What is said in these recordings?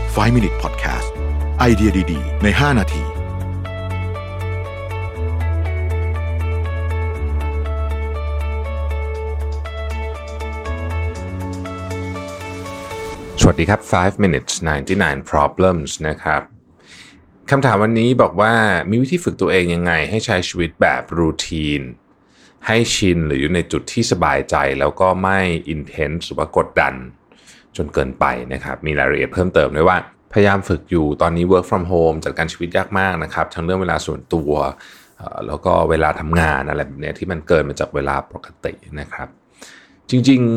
5 Minute Podcast ไอเดียดีๆใน5นาทีสวัสดีครับ5 minutes 99 problems นะครับคำถามวันนี้บอกว่ามีวิธีฝึกตัวเองยังไงให้ใช้ชีวิตแบบรูทีนให้ชินหรืออยู่ในจุดที่สบายใจแล้วก็ไม่ intense หรือว่ากดดันจนเกินไปนะครับมีรายละเอียดเพิ่มเติมด้วยว่าพยายามฝึกอยู่ตอนนี้ work from home จัดการชีวิตยากมากนะครับทั้งเรื่องเวลาส่วนตัวแล้วก็เวลาทำงานอะไรแบบนี้ที่มันเกินมาจากเวลาปกตินะครับจริง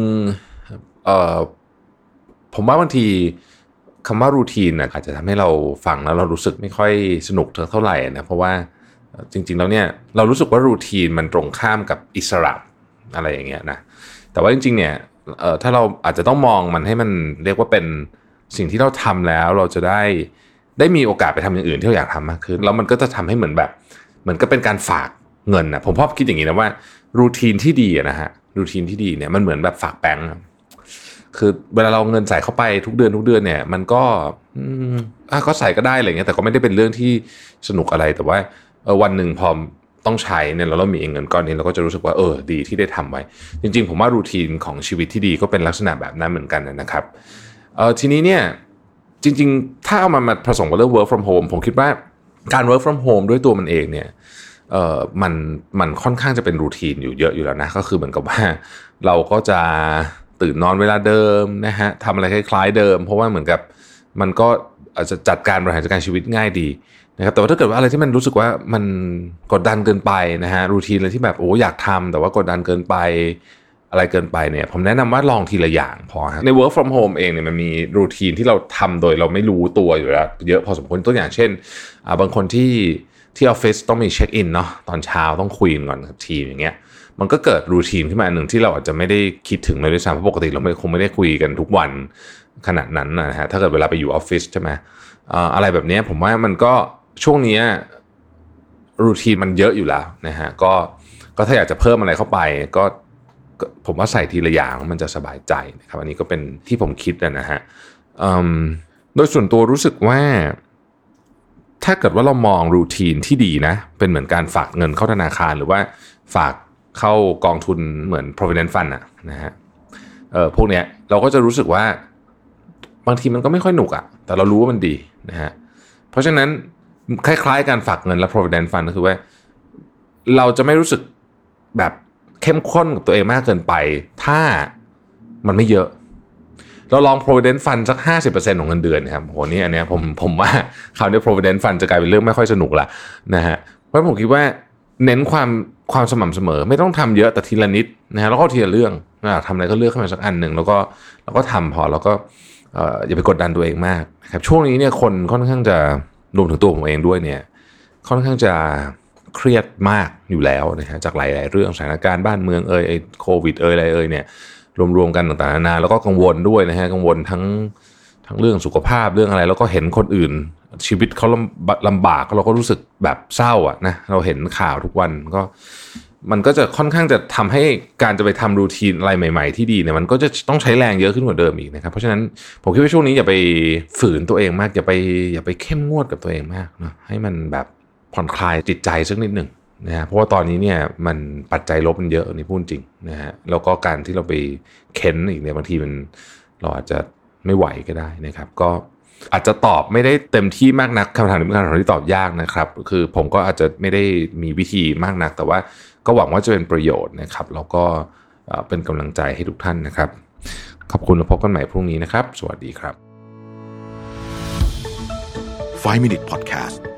ๆผมว่าบางทีคำว่ารูทีนอาจจะทำให้เราฟังแล้วเรารู้สึกไม่ค่อยสนุกเท่าไหร่นะเพราะว่าจริงๆแล้วเนี่ยเรารู้สึกว่ารูทีนมันตรงข้ามกับอิสระอะไรอย่างเงี้ยนะแต่ว่าจริงๆเนี่ยถ้าเราอาจจะต้องมองมันให้มันเรียกว่าเป็นสิ่งที่เราทำแล้วเราจะได้มีโอกาสไปทำอย่างอื่นที่เราอยากทำมากขึ้นแล้วมันก็จะทำให้เหมือนก็เป็นการฝากเงินนะผมชอบคิดอย่างนี้นะว่ารูทีนที่ดีนะฮะรูทีนที่ดีเนี่ยมันเหมือนแบบฝากแบงค์คือเวลาเราเงินใส่เข้าไปทุกเดือนเนี่ยมันก็ใส่ก็ได้อะไรเงี้ยแต่ก็ไม่ได้เป็นเรื่องที่สนุกอะไรแต่ว่าวันหนึ่งพอต้องใช้เนี่ยเรามีเงินก้อนนี้เราก็จะรู้สึกว่าดีที่ได้ทำไว้จริงๆผมว่ารูทีนของชีวิตที่ดีก็เป็นลักษณะแบบนั้นเหมือนกันนะครับทีนี้เนี่ยจริงๆถ้าเอามาผสมกับเรื่อง work from home ผมคิดว่าการ work from home ด้วยตัวมันเองเนี่ยมันค่อนข้างจะเป็นรูทีนอยู่เยอะอยู่แล้วนะก็คือเหมือนกับว่าเราก็จะตื่นนอนเวลาเดิมนะฮะทำอะไรคล้ายๆเดิมเพราะว่าเหมือนกับมันก็อาจจะจัดการบริหารจัดการชีวิตง่ายดีนะครับแต่ว่าถ้าเกิดว่าอะไรที่มันรู้สึกว่ามันกดดันเกินไปนะฮะรูทีนอะไรที่แบบอยากทำแต่ว่ากดดันเกินไปอะไรเกินไปเนี่ยผมแนะนำว่าลองทีละอย่างพอฮะใน work from home เองเนี่ยมันมีรูทีนที่เราทำโดยเราไม่รู้ตัวอยู่แล้วเยอะพอสมควรตัวอย่างเช่นบางคนที่ออฟฟิศต้องมีเช็คอินเนาะตอนเช้าต้องคุยก่อนกับทีมอย่างเงี้ยมันก็เกิดรูทีนขึ้นมาหนึ่งที่เราอาจจะไม่ได้คิดถึงเลยด้วยซ้ำเพราะปกติเราคงไม่ได้คุยกันทุกวันขนาดนั้นนะฮะถ้าเกิดเวลาไปอยู่ออฟฟิศใช่ไหมอะไรแบบนี้ผมว่ามันก็ช่วงนี้รูทีนมันเยอะอยู่แล้วนะฮะก็ถ้าอยากจะเพิ่มอะไรเข้าไปก็ผมว่าใส่ทีละอย่างมันจะสบายใจนะครับอันนี้ก็เป็นที่ผมคิดนะฮะโดยส่วนตัวรู้สึกว่าถ้าเกิดว่าเรามองรูทีนที่ดีนะเป็นเหมือนการฝากเงินเข้าธนาคารหรือว่าฝากเข้ากองทุนเหมือน provident fund นะฮะพวกเนี้ยเราก็จะรู้สึกว่าบางทีมันก็ไม่ค่อยหนุกแต่เรารู้ว่ามันดีนะฮะเพราะฉะนั้นคล้ายๆการฝากเงินและ provident fund ก็คือว่าเราจะไม่รู้สึกแบบเข้มข้นกับตัวเองมากเกินไปถ้ามันไม่เยอะเราลอง provident fund สัก 50% ของเงินเดือนนะครับโหนี่อันเนี้ยผมว่าคราวนี้ provident fund จะกลายเป็นเรื่องไม่ค่อยสนุกละนะฮะเพราะผมคิดว่าเน้นความสม่ำเสมอไม่ต้องทำเยอะแต่ทีละนิดนะฮะแล้วก็ทีละเรื่องทำอะไรก็เลือกขึ้นมาสักอันหนึ่งแล้วก็ทำพอแล้วก็อย่าไปกดดันตัวเองมากนะครับช่วงนี้เนี่ยคนค่อนข้างจะรวมถึงตัวผมเองด้วยเนี่ยค่อนข้างจะเครียดมากอยู่แล้วนะฮะจากหลายๆเรื่องสถานการณ์บ้านเมืองโควิดอะไรเนี่ยรวมๆกันต่างๆนานาแล้วก็กังวลด้วยนะฮะกังวลทั้งเรื่องสุขภาพเรื่องอะไรแล้วก็เห็นคนอื่นชีวิตเขาลำบากเราก็รู้สึกแบบเศร้านะเราเห็นข่าวทุกวันมันก็จะค่อนข้างจะทำให้การจะไปทำรูทีนอะไรใหม่ๆที่ดีเนี่ยมันก็จะต้องใช้แรงเยอะขึ้นกว่าเดิมอีกนะครับเพราะฉะนั้นผมคิดว่าช่วงนี้อย่าไปฝืนตัวเองมากอย่าไปเข้มงวดกับตัวเองมากนะให้มันแบบผ่อนคลายจิตใจสักนิดหนึ่งนะฮะเพราะว่าตอนนี้เนี่ยมันปัจจัยลบมันเยอะนี่พูดจริงนะฮะแล้วก็การที่เราไปเค้นอีกเนี่ยบางทีเราอาจจะไม่ไหวก็ได้นะครับก็อาจจะตอบไม่ได้เต็มที่มากนักคำถามนี้เป็นคำถามที่ตอบยากนะครับคือผมก็อาจจะไม่ได้มีวิธีมากนักแต่ว่าก็หวังว่าจะเป็นประโยชน์นะครับแล้วก็เป็นกำลังใจให้ทุกท่านนะครับขอบคุณและพบกันใหม่พรุ่งนี้นะครับสวัสดีครับ 5 Minute Podcast